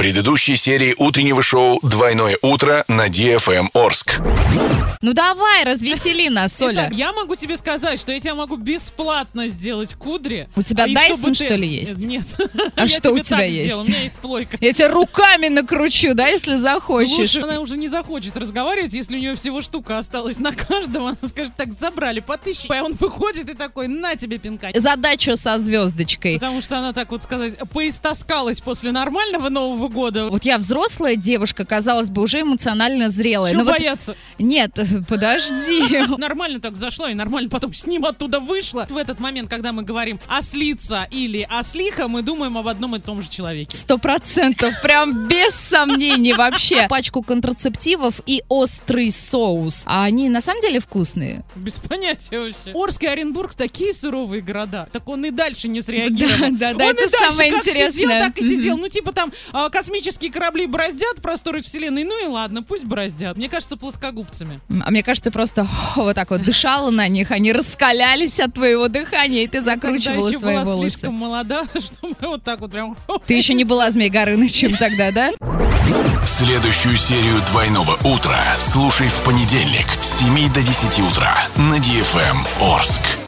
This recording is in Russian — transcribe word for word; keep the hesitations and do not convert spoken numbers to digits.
предыдущей серии утреннего шоу «Двойное утро» на Ди Эф Эм Орск. Ну давай, развесели нас, Оля. Итак, я могу тебе сказать, что я тебе могу бесплатно сделать кудри. У тебя а Дайсон, ты... что ли, есть? Нет. А Я что у тебе тебя так есть? сделаю, у меня есть плойка. Я тебя руками накручу, да, если захочешь. Слушай, она уже не захочет разговаривать, если у нее всего штука осталась на каждом. Она скажет, так, забрали по тысяче. А он выходит и такой, на тебе пинка. Задачу со звездочкой. Потому что она, так вот сказать, поистаскалась после нормального Нового года. Вот я взрослая девушка, казалось бы, уже эмоционально зрелая. Чего Но вот... бояться? Нет, подожди. Нормально так зашла и нормально потом с ним оттуда вышла. В этот момент, когда мы говорим ослица или ослиха, мы думаем об одном и том же человеке. Сто процентов, прям без сомнений вообще. Пачку контрацептивов и острый соус. А они на самом деле вкусные? Без понятия вообще. Орск и Оренбург такие суровые города. Так он и дальше не среагировал. Да, да, да, он это и дальше самое как интересное. сидел, так и сидел. Ну, типа там а, космические корабли бороздят просторы вселенной. Ну и ладно, пусть бороздят. Мне кажется, плоскогубцами. А мне кажется, ты просто о, вот так вот дышала на них, они раскалялись от твоего дыхания, и ты закручивала еще свои была волосы. слишком молода, что мы вот так вот прям... Ты еще не была Змей Горынычем тогда, да? Следующую серию «Двойного утра» слушай в понедельник с семи до десяти утра на Ди Эф Эм Орск.